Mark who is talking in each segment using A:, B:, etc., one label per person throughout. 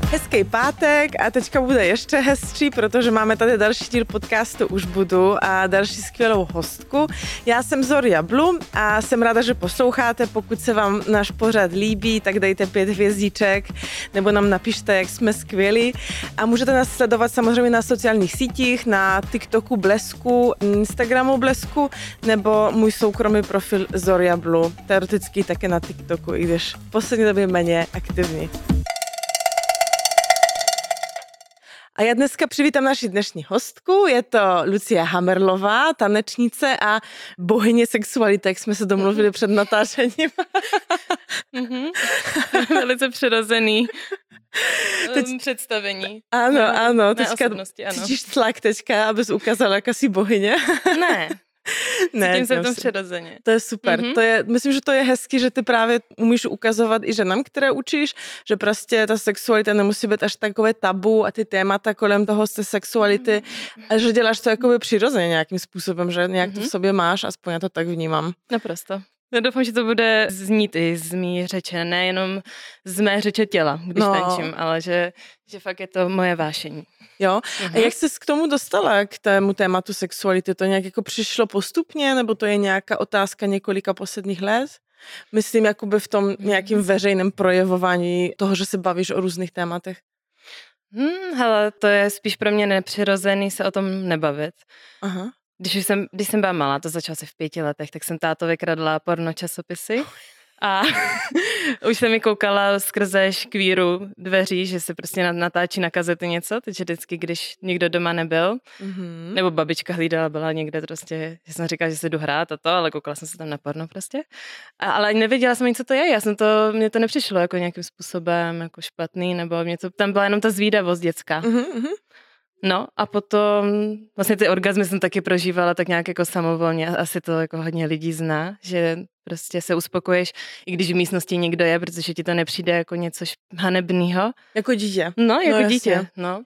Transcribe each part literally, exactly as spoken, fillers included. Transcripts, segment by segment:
A: Hezký pátek a teďka bude ještě hezčí, protože máme tady další díl podcastu Už budu a další skvělou hostku. Já jsem Zoria Blu a jsem ráda, že posloucháte. Pokud se vám náš pořad líbí, tak dejte pět hvězdiček nebo nám napište, jak jsme skvělí. A můžete nás sledovat samozřejmě na sociálních sítích, na TikToku Blesku, Instagramu Blesku nebo můj soukromý profil Zoria Blu. Teoreticky také na TikToku, i když v poslední době méně aktivní. A já dneska přivítám naši dnešní hostku, je to Lucie Hammerlová, tanečnice a bohyně sexuality, jak jsme se domluvili před natáčením.
B: Mm-hmm. Velice přirozený
A: Teď...
B: představení.
A: Ano,
B: ne,
A: ano, teďka
B: ano.
A: cítíš tlak teďka, abys ukázala, jaká jsi bohyně.
B: Ne.
A: Ne,
B: cítím se v tom přirozeně.
A: To je super. Mm-hmm. To je, myslím, že to je hezky, že ty právě umíš ukazovat i ženám, které učíš, že prostě ta sexualita nemusí být až takové tabu a ty témata kolem toho se sexuality, mm-hmm. a že děláš to jakoby přirozeně nějakým způsobem, že nějak mm-hmm. to v sobě máš, aspoň já to tak vnímám.
B: Naprosto. Já doufám, že to bude znít i z mý řeče, nejenom z mé řeče těla, když no. tančím, ale že, že fakt je to moje vášení.
A: Jo? Uh-huh. A jak jsi k tomu dostala, k tému tématu sexuality? To nějak jako přišlo postupně, nebo to je nějaká otázka několika posledních let? Myslím, jakoby v tom nějakým veřejném projevování toho, že se bavíš o různých tématech.
B: Hmm, hele, to je spíš pro mě nepřirozený se o tom nebavit. Aha. Když jsem, když jsem byla malá, to začalo se v pěti letech, tak jsem tátovi kradla porno časopisy a už jsem mi koukala skrze škvíru dveří, že se prostě natáčí na kazety něco, takže vždycky, když nikdo doma nebyl, mm-hmm. nebo babička hlídala, byla někde prostě, že jsem říkala, že se jdu hrát a to, ale koukala jsem se tam na porno prostě. A, ale nevěděla jsem ani, co to je, já jsem to, mně to nepřišlo jako nějakým způsobem jako špatný, nebo mě to, tam byla jenom ta zvídavost dětská. Mm-hmm. No a potom vlastně ty orgazmy jsem taky prožívala tak nějak jako samovolně. Asi to jako hodně lidí zná, že prostě se uspokoješ, i když v místnosti někdo je, protože ti to nepřijde jako něco hanebného.
A: Jako dítě.
B: No, jako
A: no,
B: dítě, no.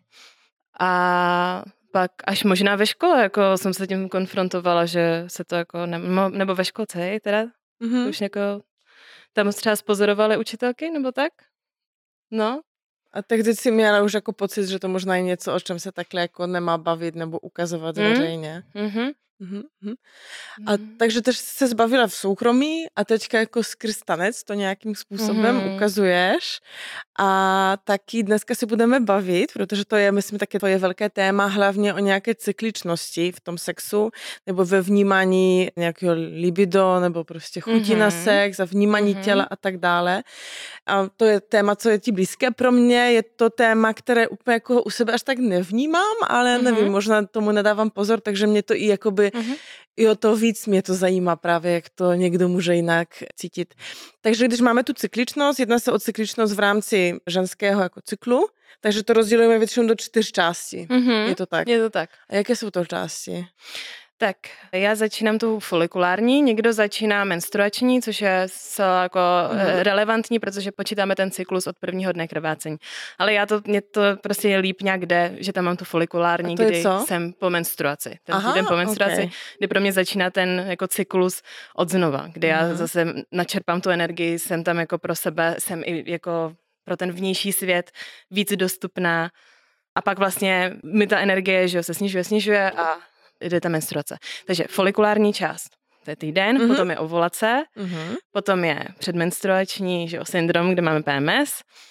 B: A pak až možná ve škole, jako jsem se tím konfrontovala, že se to jako, ne, nebo ve školce, hej, teda, mm-hmm. už jako tam třeba spozorovali učitelky, nebo tak? No.
A: A tehdy si měla už jako pocit, že to možná je něco, o čem se takhle jako nemá bavit nebo ukazovat mm. veřejně. Mm-hmm. Mm-hmm. A mm. takže tež se zbavila v soukromí a teďka jako skrz tanec to nějakým způsobem mm. ukazuješ. A taky dneska si budeme bavit, protože to je, myslím, také to je velké téma, hlavně o nějaké cykličnosti v tom sexu, nebo ve vnímání nějakého libido, nebo prostě chutí mm-hmm. na sex a vnímání mm-hmm. těla a tak dále. A to je téma, co je ti blízké pro mě. Je to téma, které úplně jako u sebe až tak nevnímám, ale mm-hmm. nevím, možná tomu nedávám pozor, takže mě to i jakoby mm-hmm. i o to víc mě to zajímá právě, jak to někdo může jinak cítit. Takže když máme tu cykličnost, jedná se o cykličnost v rámci ženského jako cyklu, takže to rozdělujeme většinou do čtyř částí. Mm-hmm. Je to tak?
B: Je to tak.
A: A jaké jsou to části?
B: Tak, já začínám tu folikulární, někdo začíná menstruační, což je zcela jako mm. relevantní, protože počítáme ten cyklus od prvního dne krvácení. Ale já to, mě to prostě je líp nějak jde, že tam mám tu folikulární, kdy co? jsem po menstruaci. Ten Aha, týden po menstruaci, okay. kdy pro mě začíná ten jako cyklus od znova, kdy mm. já zase načerpám tu energii, jsem tam jako pro sebe, jsem i jako pro ten vnější svět víc dostupná a pak vlastně mi ta energie, že jo, se snižuje, snižuje a jde ta menstruace. Takže folikulární část, to je týden, mm-hmm. potom je ovulace, mm-hmm. potom je předmenstruační, že jo, syndrom, kde máme P M S,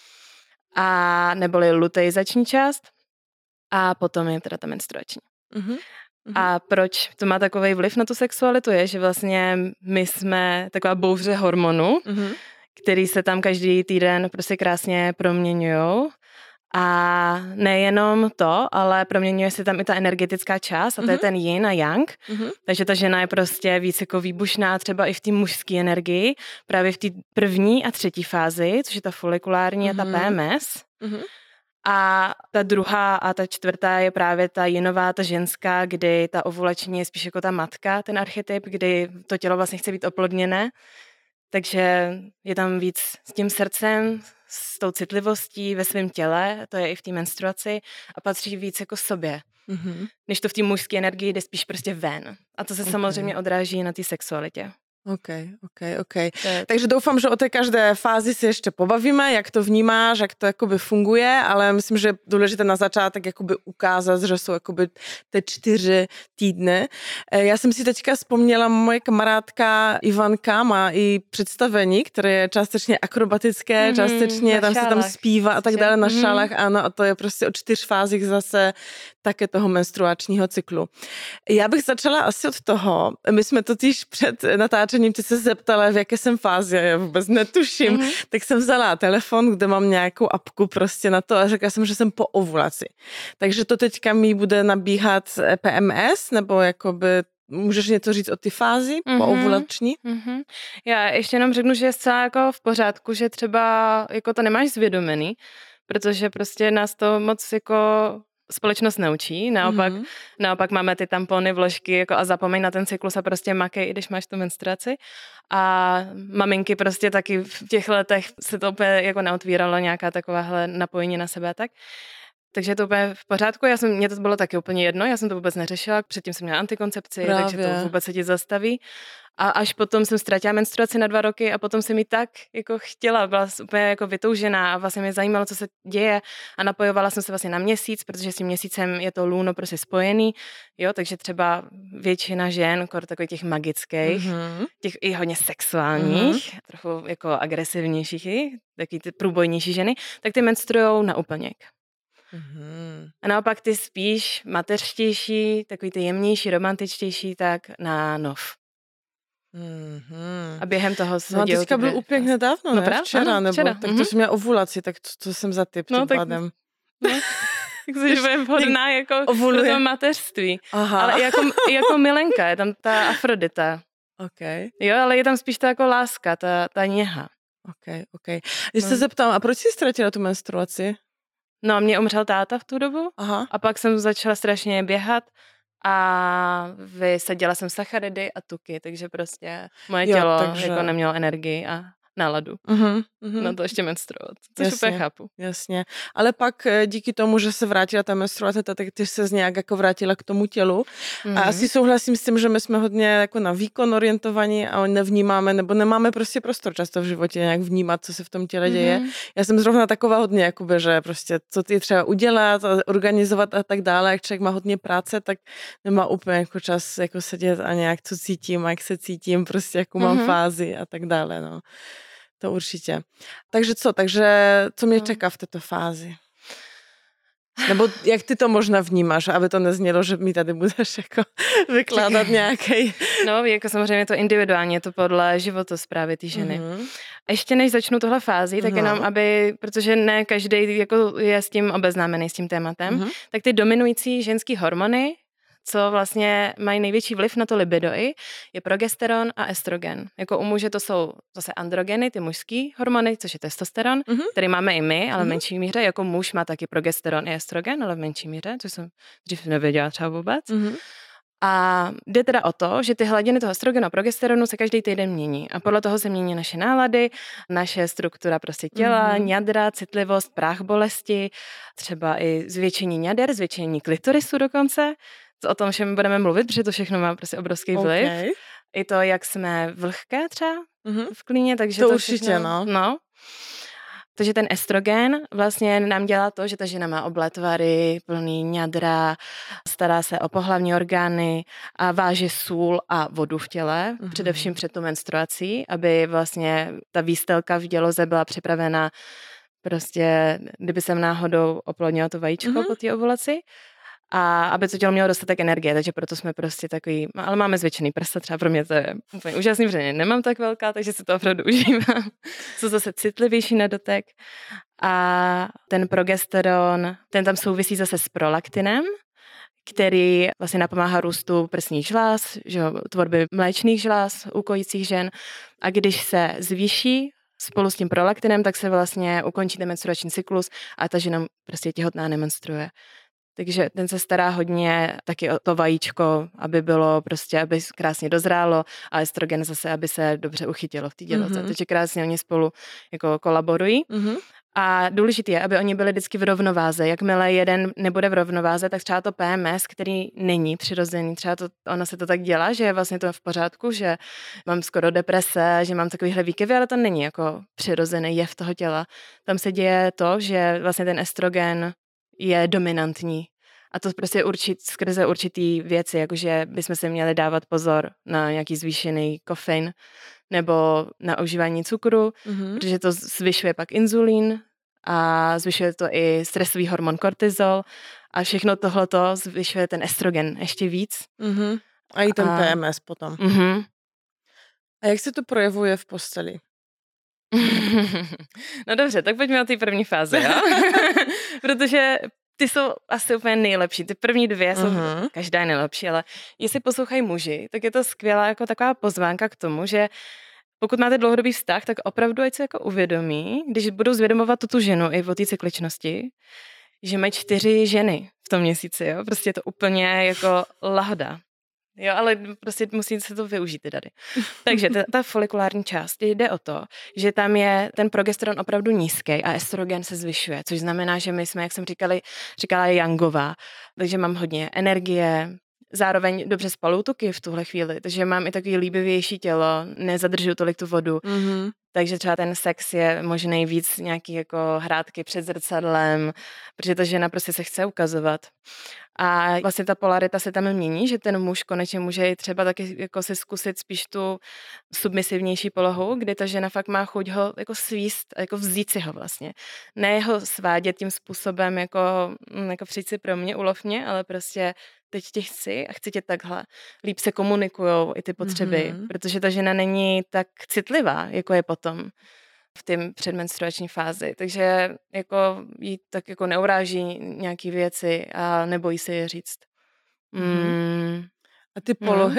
B: a neboli luteizační část, a potom je teda ta menstruační. Mm-hmm. A proč to má takový vliv na tu sexualitu je, že vlastně my jsme taková bouře hormonů, mm-hmm. který se tam každý týden prostě krásně proměňujou. A nejenom to, ale proměňuje se tam i ta energetická část a to mm-hmm. je ten yin a yang. Mm-hmm. Takže ta žena je prostě víc jako výbušná třeba i v té mužské energii, právě v té první a třetí fázi, což je ta folikulární mm-hmm. a ta P M S. Mm-hmm. A ta druhá a ta čtvrtá je právě ta jinová, ta ženská, kdy ta ovulační je spíš jako ta matka, ten archetyp, kdy to tělo vlastně chce být oplodněné. Takže je tam víc s tím srdcem, s tou citlivostí ve svém těle, to je i v té menstruaci a patří víc jako sobě. Mm-hmm. Než to v té mužské energii jde spíš prostě ven. A to se okay. samozřejmě odráží na té sexualitě.
A: OK, OK, OK. Tak. Takže doufám, že o té každé fázi si ještě pobavíme, jak to vnímáš, jak to jakoby funguje, ale myslím, že je důležité na začátek jakoby ukázat, že jsou jakoby ty čtyři týdny. Já jsem si teďka vzpomněla, moje kamarádka Ivanka má i představení, které je částečně akrobatické, mm-hmm, částečně tam šálách. Se tam zpívá a tak dále na mm-hmm. šálách, ano, a to je prostě o čtyř fázích zase také toho menstruačního cyklu. Já bych začala asi od toho, my jsme totiž před natáčením, ty se zeptala, v jaké jsem fázi, já vůbec netuším, mm-hmm. tak jsem vzala telefon, kde mám nějakou apku prostě na to a řekla jsem, že jsem po ovulaci. Takže to teďka mi bude nabíhat P M S, nebo jakoby můžeš něco říct o ty fázi mm-hmm. po ovulační?
B: Mm-hmm. Já ještě jenom řeknu, že je zcela jako v pořádku, že třeba jako to nemáš zvědomený, protože prostě nás to moc jako společnost neučí, naopak, mm-hmm. naopak máme ty tampony, vložky jako a zapomeň na ten cyklus a prostě makej, i když máš tu menstruaci. A maminky prostě taky v těch letech se to úplně jako neotvíralo nějaká takováhle napojení na sebe a tak. Takže je to úplně v pořádku, já jsem, mě to bylo taky úplně jedno, já jsem to vůbec neřešila, předtím jsem měla antikoncepci, Právě. takže to vůbec se ti zastaví. A až potom jsem ztratila menstruaci na dva roky a potom jsem ji tak jako chtěla, byla úplně jako vytoužená a vlastně mě zajímalo, co se děje a napojovala jsem se vlastně na měsíc, protože s tím měsícem je to lůno prostě spojený, jo, takže třeba většina žen, kor takových těch magických, mm-hmm. těch i hodně sexuálních, mm-hmm. trochu jako agresivnějších, taky ty průbojnější ženy, tak ty menstruujou na úplněk. Mm-hmm. A naopak ty spíš mateřštější, takový ty jemnější, romantičtější, tak na nov.
A: Mm-hmm.
B: A během toho se
A: No a teďka byl úplně nedávno,
B: no,
A: ne? Včera,
B: ano,
A: nebo
B: včera.
A: tak
B: mm-hmm.
A: to jsem měla ovulaci, tak to, to jsem za typ
B: no,
A: tím
B: tak,
A: pádem.
B: No, tak jsi bude vhodná jako
A: Ovuluje.
B: pro to mateřství.
A: Aha.
B: Ale jako, jako milenka, je tam ta Afrodita.
A: Okay.
B: Jo, ale je tam spíš ta jako láska, ta, ta něha.
A: Ok, ok. Když no. se zeptám, a proč jsi ztratila tu menstruaci?
B: No, mě umřel táta v tu dobu. Aha. A pak jsem začala strašně běhat a vysadila jsem sacharidy a tuky, takže prostě moje jo, tělo takže... jako nemělo energii a náladu. Uh-huh, uh-huh. Na to ještě menstruovat, což jasně, úplně chápu.
A: Jasně, ale pak díky tomu, že se vrátila ta menstruace, tak ty se nějak jako vrátila k tomu tělu. Uh-huh. A asi souhlasím s tím, že my jsme hodně jako na výkon orientovaní a nevnímáme, nebo nemáme prostě prostor často v životě nějak vnímat, co se v tom těle děje. Uh-huh. Já jsem zrovna taková hodně, jakoby, že prostě co ty třeba udělat a organizovat a tak dále, jak člověk má hodně práce, tak nemá úplně jako čas jako sedět a nějak co cítím, jak se cítím, prostě jakou mám uh-huh. fázi a tak dále, no. To určitě. Takže co? Takže co mě čeká v této fázi? Nebo jak ty to možná vnímáš, aby to neznělo, že mi tady budeš jako vykládat nějaký.
B: No, jako samozřejmě to individuálně, to podle životosprávy té ženy. Mm-hmm. Ještě než začnu tohle fázi, tak jenom aby, protože ne každý jako je s tím obeznámený, s tím tématem, mm-hmm. tak ty dominující ženský hormony, co vlastně mají největší vliv na to libido, je progesteron a estrogen. Jako u muže to jsou zase androgeny, ty mužský hormony, což je testosteron, mm-hmm. který máme i my, ale v menší míře. Jako muž má taky progesteron i estrogen, ale v menší míře, což jsem dřív nevěděla třeba vůbec. Mm-hmm. A jde teda o to, že ty hladiny toho estrogenu a progesteronu se každý týden mění. A podle toho se mění naše nálady, naše struktura prostě těla, mm-hmm. ňadra, citlivost, práh bolesti, třeba i zvětšení ňader, zvětšení klitorisu dokonce. O tom všem budeme mluvit, protože to všechno má prostě obrovský vliv. Okay. I to, jak jsme vlhké třeba mm-hmm. v klíně, takže
A: to,
B: to
A: určitě,
B: všechno,
A: no.
B: no. Takže ten estrogen vlastně nám dělá to, že ta žena má obletvary, plný ňadra, stará se o pohlavní orgány a váže sůl a vodu v těle, mm-hmm. především před tu menstruací, aby vlastně ta výstelka v děloze byla připravena prostě, kdyby jsem náhodou oplodnila to vajíčko mm-hmm. po té ovulaci. A aby to tělo mělo dostatek energie, takže proto jsme prostě takový, ale máme zvětšený prsa, třeba pro mě to je úplně úžasný, protože nemám tak velká, takže si to opravdu užívám. Jsou zase citlivější na dotek. A ten progesteron, ten tam souvisí zase s prolaktinem, který vlastně napomáhá růstu prsních žláz, že jo, tvorby mléčných žláz u kojících žen. A když se zvýší spolu s tím prolaktinem, tak se vlastně ukončí ten menstruační cyklus a ta žena prostě těhotná nemenstruuje. Takže ten se stará hodně taky o to vajíčko, aby bylo prostě, aby krásně dozrálo a estrogen zase, aby se dobře uchytilo v té děloze. Mm-hmm. Takže krásně oni spolu jako kolaborují. Mm-hmm. A důležité je, aby oni byli vždycky v rovnováze. Jakmile jeden nebude v rovnováze, tak třeba to P M S, který není přirozený, třeba to, ono se to tak dělá, že je vlastně to v pořádku, že mám skoro deprese, že mám takovýhle výkyvy, ale to není jako přirozený jev toho těla. Tam se děje to, že vlastně ten estrogen je dominantní. A to prostě určit, skrze určitý věci, jakože bychom si měli dávat pozor na nějaký zvýšený kofein nebo na užívání cukru, mm-hmm. protože to zvyšuje pak inzulín a zvyšuje to i stresový hormon kortizol a všechno tohleto zvyšuje ten estrogen ještě víc.
A: Mm-hmm. A i ten a... P M S potom.
B: Mm-hmm.
A: A jak se to projevuje v posteli?
B: No dobře, tak pojďme na té první fázi, jo? Protože ty jsou asi úplně nejlepší. Ty první dvě jsou, uh-huh. každá je nejlepší, ale jestli poslouchají muži, tak je to skvělá jako taková pozvánka k tomu, že pokud máte dlouhodobý vztah, tak opravdu ať se jako uvědomí, když budou zvědomovat tu ženu i o té cykličnosti, že mají čtyři ženy v tom měsíci, jo? Prostě je to úplně jako lahoda. Jo, ale prostě musí se to využít ty dary. Takže ta, ta folikulární část jde o to, že tam je ten progesteron opravdu nízký a estrogen se zvyšuje, což znamená, že my jsme, jak jsem říkali, říkala Youngová, takže mám hodně energie, zároveň dobře spalou tuky v tuhle chvíli, takže mám i takový líbivější tělo, nezadržuju tolik tu vodu, mm-hmm. takže třeba ten sex je možný víc nějaký jako hrátky před zrcadlem, protože ta žena prostě se chce ukazovat. A vlastně ta polarita se tam mění, že ten muž konečně může i třeba taky jako si zkusit spíš tu submisivnější polohu, kdy ta žena fakt má chuť ho jako svíst, jako vzít si ho vlastně. Ne ho svádět tím způsobem jako, jako přijď si pro mě, ulov mě, ale prostě teď tě chci a chci tě takhle. Líp se komunikujou i ty potřeby, mm-hmm. protože ta žena není tak citlivá, jako je potom v té předmenstruační fázi. Takže jako jí tak jako neuráží nějaký věci a nebojí se je říct. Mm.
A: A ty polohy?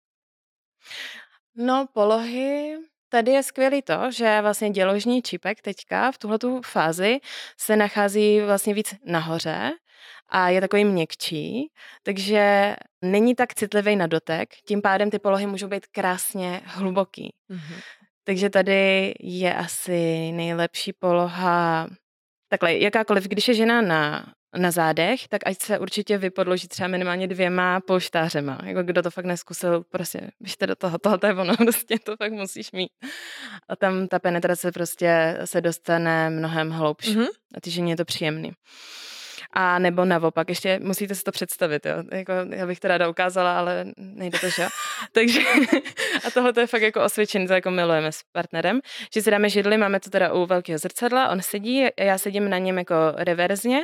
B: No, polohy... Tady je skvělý to, že vlastně děložní čípek teďka v tuhletu fázi se nachází vlastně víc nahoře a je takový měkčí, takže není tak citlivý na dotek, tím pádem ty polohy můžou být krásně hluboký. Mm-hmm. Takže tady je asi nejlepší poloha, takhle, jakákoliv, když je žena na, na zádech, tak ať se určitě vypodloží třeba minimálně dvěma polštářema. Jako kdo to fakt neskusil, prostě běžte do toho, tohle je ono, prostě to fakt musíš mít. A tam ta penetrace prostě se dostane mnohem hloubš. Mm-hmm. A ty ženě je to příjemný. A nebo naopak, ještě musíte si to představit, jo. Jako, já bych to ráda ukázala, ale nejde to, že jo. Takže a tohle to je fakt jako osvědčený, to jako milujeme s partnerem, že si dáme židli, máme to teda u velkého zrcadla, on sedí, já sedím na něm jako reverzně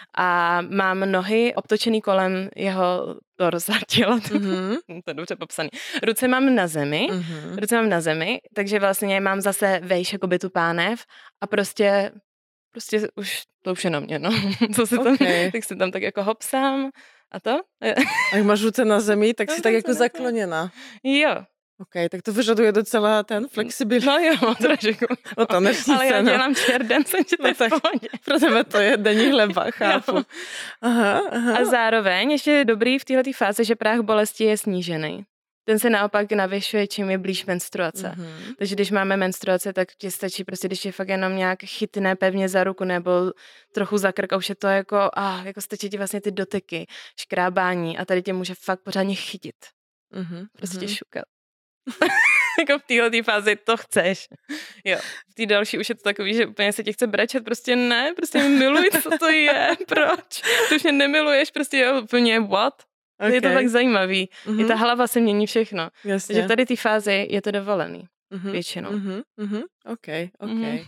B: a mám nohy obtočený kolem jeho torza těla, mm-hmm. to je dobře popsaný. Ruce mám na zemi, mm-hmm. ruce mám na zemi, takže vlastně mám zase vejš jakoby tu pánev a prostě Prostě už to už je na mě, no. Co se tam, okay. Tak se tam tak jako hopsám a to.
A: A jak máš ruce na zemi, tak si tak jako zakloněná.
B: Jo.
A: OK, tak to vyžaduje docela ten flexibilní.
B: No jo, trošku.
A: No to neříct.
B: Ale já dělám čerden, jsem ti no tak
A: pro tebe to je denní chleba, chápu. Aha, aha.
B: A zároveň ještě je dobrý v této fázi, že práh bolesti je snížený. Ten se naopak navyšuje, čím je blíž menstruace. Mm-hmm. Takže když máme menstruace, tak ti stačí prostě, když je fakt jenom nějak chytné pevně za ruku nebo trochu za krk a už je to jako, ah, jako stačí ti vlastně ty dotyky, škrábání a tady tě může fakt pořádně chytit. Mm-hmm. Prostě tě šukat. Jako v téhle fázi to chceš. Jo. V té další už je to takový, že úplně se tě chce brečet, prostě ne, prostě miluj, co to je, proč? Ty už mě nemiluješ, prostě jo, úplně what? Okay. Je to tak zajímavý. Mm-hmm. I ta hlava se mění všechno. Jasně. Takže v tady té fázi je to dovolený. Mm-hmm. Většinou.
A: Mm-hmm. Mm-hmm. OK, OK. Mm-hmm.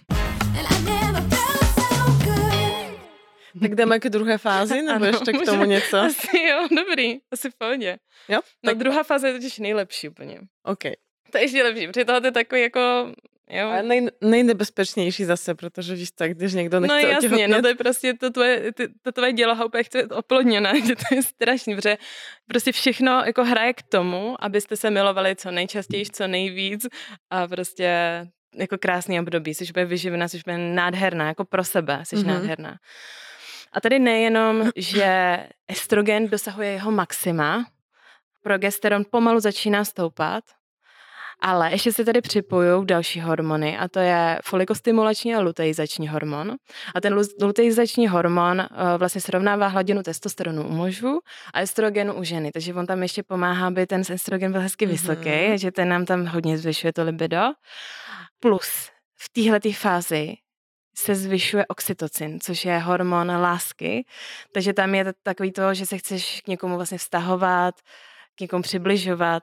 A: Tak jdeme k druhé fázi, nebo ano, ještě k tomu něco?
B: Asi jo, dobrý. Asi v pohodě.
A: Jo?
B: No tak... druhá fáze je totiž nejlepší úplně.
A: OK.
B: To je ještě lepší, protože tohle je takový jako... Jo.
A: A nej, nejnebezpečnější zase, protože víš tak, když někdo nechce
B: No jasně,
A: otěhotnět.
B: no to je prostě to tvoje, ty, to tvoje děloha úplně chce být oplodněná, že to je strašný, protože prostě všechno jako hraje k tomu, abyste se milovali co nejčastěji, co nejvíc a prostě jako krásný období, jsi úplně vyživená, jsi úplně nádherná, jako pro sebe jsi mm-hmm. nádherná. A tady nejenom, že estrogen dosahuje jeho maxima, progesteron pomalu začíná stoupat, Ale ještě se tady připojují další hormony a to je folikostimulační a luteizační hormon. A ten luteizační hormon vlastně srovnává hladinu testosteronu u mužů a estrogenu u ženy, takže on tam ještě pomáhá, aby ten estrogen byl hezky vysoký, mm-hmm. že ten nám tam hodně zvyšuje to libido. Plus v téhletý fázi se zvyšuje oxytocin, což je hormon lásky, takže tam je takový to, že se chceš k někomu vlastně vztahovat, k někomu přibližovat.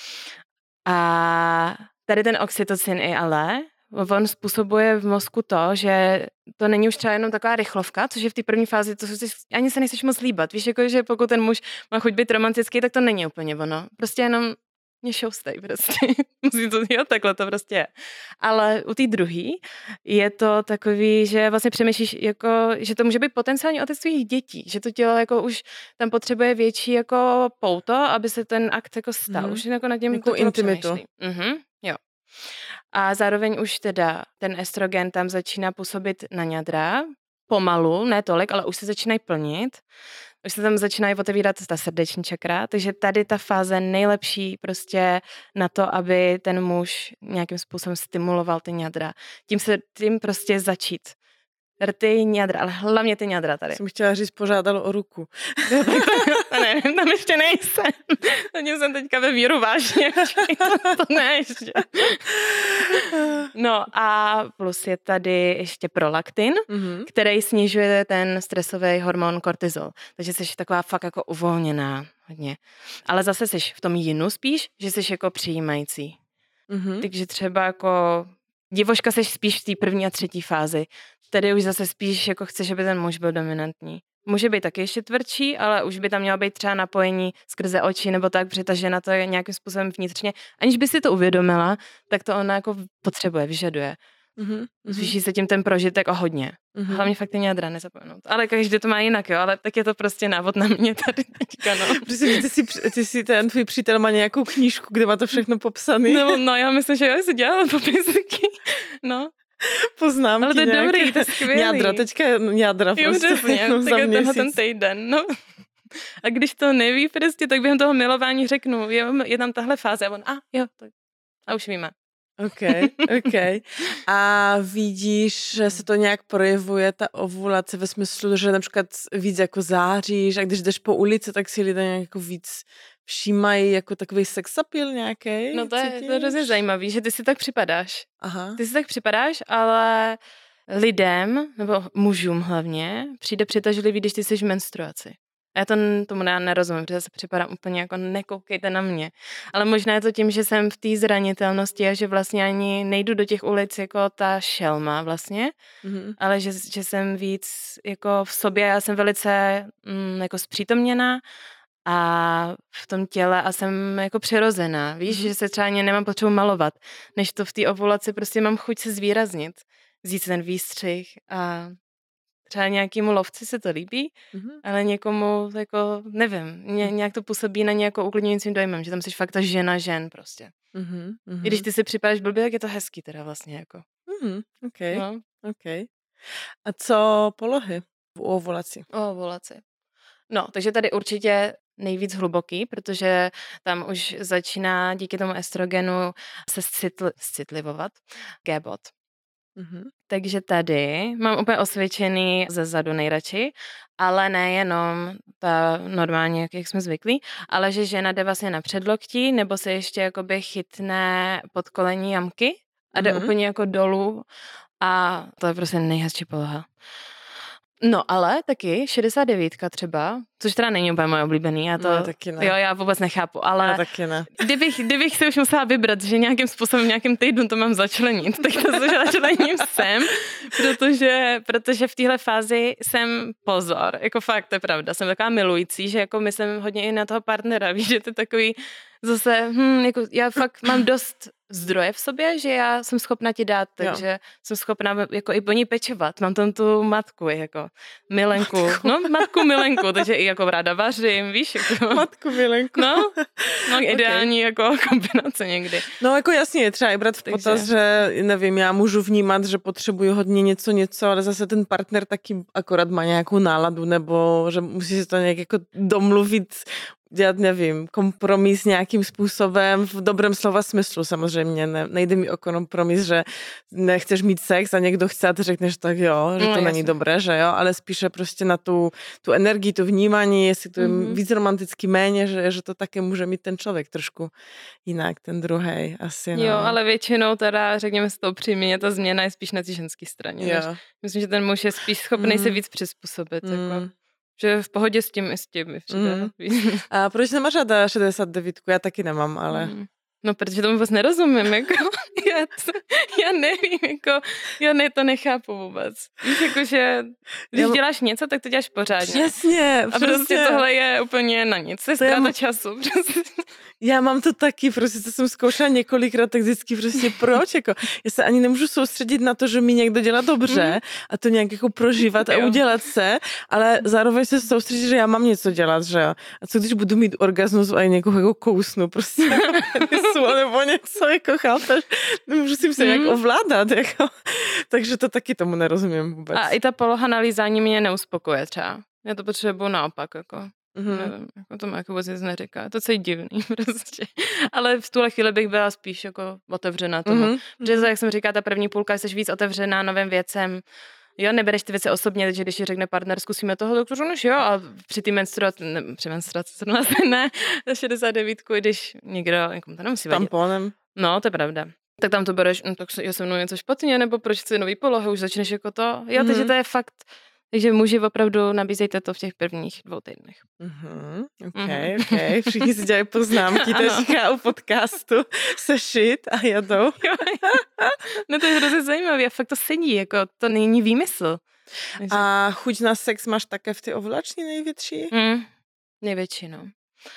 B: A tady ten oxytocin i ale, on způsobuje v mozku to, že to není už třeba jenom taková rychlovka, což je v té první fázi, to si, ani se nechceš moc líbat. Víš, jako, že pokud ten muž má chuť být romantický, tak to není úplně ono. Prostě jenom mě šoustej prostě. Musím to dělat, takhle to prostě je. Ale u té druhý je to takový, že vlastně přemýšlíš, jako, že to může být potenciální otec tvých dětí, že to tělo jako už tam potřebuje větší jako pouto, aby se ten akt jako stal. Mm. Už jako nad tím
A: jako intimitu.
B: Mhm, jo. A zároveň už teda ten estrogen tam začíná působit na ňadra, pomalu, ne tolik, ale už se začínají plnit. Už se tam začínají otevírat ta srdeční čakra, takže tady ta fáze nejlepší prostě na to, aby ten muž nějakým způsobem stimuloval ty ňadra. Tím se tím prostě začít. Rty, ňadra, ale hlavně ty ňadra tady.
A: Jsem chtěla říct, požádalo o ruku.
B: Ne, tam ještě nejsem. To jsem teďka ve víru vážně. To, to ne ještě. No a plus je tady ještě prolaktin, mm-hmm. který snižuje ten stresový hormon kortizol. Takže jsi taková fakt jako uvolněná hodně. Ale zase jsi v tom jinu spíš, že jsi jako přijímající. Mm-hmm. Takže třeba jako divoška seš spíš v té první a třetí fázi. Tady už zase spíš jako chceš, aby ten muž byl dominantní. Může být taky ještě tvrdší, ale už by tam mělo být třeba napojení skrze oči nebo tak, protože ta žena to je nějakým způsobem vnitřně. Aniž by si to uvědomila, tak to ona jako potřebuje, vyžaduje. Mm-hmm. Zvýší se tím ten prožitek o hodně. Mm-hmm. Hlavně fakt ty ňadra nezapomenout. Ale každý to má jinak, jo, ale tak je to prostě návod na mě tady teďka, no.
A: Protože ty si, ty si ten tvůj přítel má nějakou knížku, kde má to všechno popsané.
B: No, no, já myslím, že jo, jsi dělala popisky. No.
A: Poznámky
B: ale to je
A: nějaké.
B: Dobrý, to je skvělý.
A: Jádra, teďka jádra prostě.
B: Jo, přesně, tak je tenhle ten týden, no. A když to neví prostě, tak během toho milování řeknu, jo, je tam tahle fáze a on, a jo, tak. A už víme.
A: OK, OK. A vidíš, že se to nějak projevuje, ta ovulace ve smyslu, že například víc jako záříš a když jdeš po ulici, tak si lidé nějak jako víc všímají jako takový sexapil nějaký.
B: No to je, to je hrozně zajímavý, že ty si tak připadáš.
A: Aha.
B: Ty si tak připadáš, ale lidem, nebo mužům hlavně, přijde přitažlivý, když ty jsi v menstruaci. A já to, tomu nerozumím, protože se připadám úplně jako nekoukejte na mě. Ale možná je to tím, že jsem v té zranitelnosti a že vlastně ani nejdu do těch ulic jako ta šelma vlastně, mm-hmm. ale že, že jsem víc jako v sobě, já jsem velice mm, jako zpřítomněná a v tom těle a jsem jako přirozená. Víš, mm-hmm. že se třeba ani nemám potřebu malovat, než to v té ovulaci prostě mám chuť se zvýraznit, vzít ten výstřih a třeba nějakému lovci se to líbí, mm-hmm. ale někomu jako, nevím, ně, nějak to působí na nějakou uklidňujícím dojmem, že tam jsi fakt ta žena žen prostě. Mm-hmm. I když ty si připadáš blbě, tak je to hezký teda vlastně jako.
A: Mm-hmm. Okay. No. OK. A co polohy v ovulaci?
B: O ovulaci. No, takže tady určitě nejvíc hluboký, protože tam už začíná díky tomu estrogenu se scitl, citlivovat G-bod. Mm-hmm. Takže tady mám úplně osvědčený ze zadu nejradši, ale nejenom ta normálně, jak jsme zvyklí, ale že žena jde vlastně na předloktí nebo se ještě jakoby chytne pod kolení jamky a jde mm-hmm. úplně jako dolů a to je prostě nejhezčí poloha. No, ale taky šedesát devět třeba, což teda není úplně moje oblíbený. Já to,
A: no, taky ne.
B: Jo, já vůbec nechápu, ale
A: já taky ne.
B: Kdybych, kdybych si už musela vybrat, že nějakým způsobem, nějakým týdnu to mám začlenit, tak to začlením sem, protože, protože v téhle fázi jsem pozor, jako fakt, to je pravda, jsem taková milující, že jako myslím hodně i na toho partnera, víš, že to je takový zase, hm, jako já fakt mám dost zdroje v sobě, že já jsem schopna ti dát, takže jo. jsem schopná jako i po ní pečovat. Mám tam tu matku, jako milenku. Matku. No, matku milenku, takže i jako ráda vařím, víš? Jako.
A: Matku milenku.
B: No, no ideální okay. jako kombinace někdy.
A: No jako jasně, je třeba i brát v potaz, takže... že nevím, já můžu vnímat, že potřebuju hodně něco, něco, ale zase ten partner taky akorát má nějakou náladu, nebo že musí se to nějak jako domluvit dělat, nevím, kompromis nějakým způsobem v dobrém slova smyslu samozřejmě. Ne, nejde mi o kompromis, že nechceš mít sex a někdo chce a ty řekneš tak jo, že to no, není dobré, že jo, ale spíše prostě na tu, tu energii, tu vnímání, jestli to je mm-hmm. víc romanticky méně, že, že to také může mít ten člověk trošku jinak, ten druhý asi. No.
B: Jo, ale většinou teda, řekněme si to upřímně, ta změna je spíš na té ženské straně. Než, myslím, že ten muž je spíš schopný mm. se víc přizpůsobit. Mm. Jako, že je v pohodě s tím i s tím. Mm.
A: A proč nemáš ráda šedesát devět? Já taky nemám, ale... Mm.
B: No, protože tomu vůbec nerozumím, jako, já, to, já nevím, jako, já ne, to nechápu vůbec. Víš, jakože, když já... děláš něco, tak to děláš pořádně.
A: Přesně,
B: A
A: přesně.
B: prostě tohle je úplně na nic, je ztráta času. Prostě.
A: Já mám to taky, prostě to jsem zkoušela několikrát, tak vždycky prostě proč, jako, já se ani nemůžu soustředit na to, že mi někdo dělá dobře mm. a to nějak jako prožívat a udělat se, ale zároveň se soustředit, že já mám něco dělat, že jo. A co když budu mít orgasmus a někoho jako kousnu, prostě jako nebo něco, jako chápeš, musím se nějak ovládat, jako. Takže to taky tomu nerozumím vůbec.
B: A i ta poloha na lízání mě neuspokuje třeba. Já to potřebuji naopak, jako. Mm-hmm. Nevím, jako to mi jako vůbec nic neříká. To je divný prostě. Ale v tuhle chvíli bych byla spíš jako otevřená tomu. Mm-hmm. Protože, jak jsem říkala, ta první půlka, jsi víc otevřená novým věcem. Jo, nebereš ty věci osobně, takže když ti řekne partner, zkusíme toho, doktoru, nož jo, a při té menstruaci, ne, při menstruaci zrovna ne, šedesát devět, když někdo, jako to nemusí vadit.
A: Tamponem.
B: No, to je pravda. Tak tam to bereš, no, tak je se mnou něco špatně, nebo proč chci nový polohu, už začneš jako to. Jo, mm-hmm. takže to je fakt, takže muži opravdu nabízejte to v těch prvních dvou týdnech.
A: Mm-hmm. Ok, mm-hmm. ok. Všichni si dělají poznámky teďka u podcastu sešit a jedou.
B: No to je hrozně zajímavé a fakt to sedí, jako to není výmysl.
A: Takže... A chuť na sex máš také v ty ovulační největší?
B: Mm, největší, no.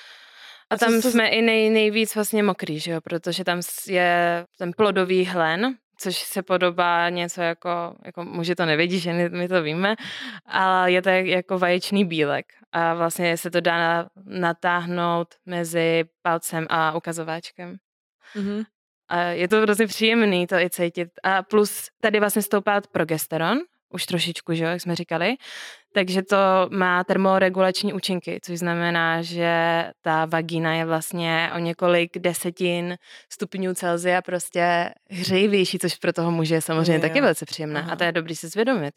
B: A, a tam to... jsme i nej, nejvíc vlastně mokrý, že jo, protože tam je ten plodový hlen, což se podobá něco jako, jako muži to nevědí, že my to víme, ale je to jako vaječný bílek a vlastně se to dá natáhnout mezi palcem a ukazováčkem. Mm-hmm. A je to hrozně příjemný to i cítit. A plus tady vlastně stoupá progesteron, už trošičku, že jo, jak jsme říkali, takže to má termoregulační účinky, což znamená, že ta vagína je vlastně o několik desetin stupňů Celsia prostě hřejivější, což pro toho muže je samozřejmě je, taky velice příjemné. Aha. A to je dobrý si zvědomit.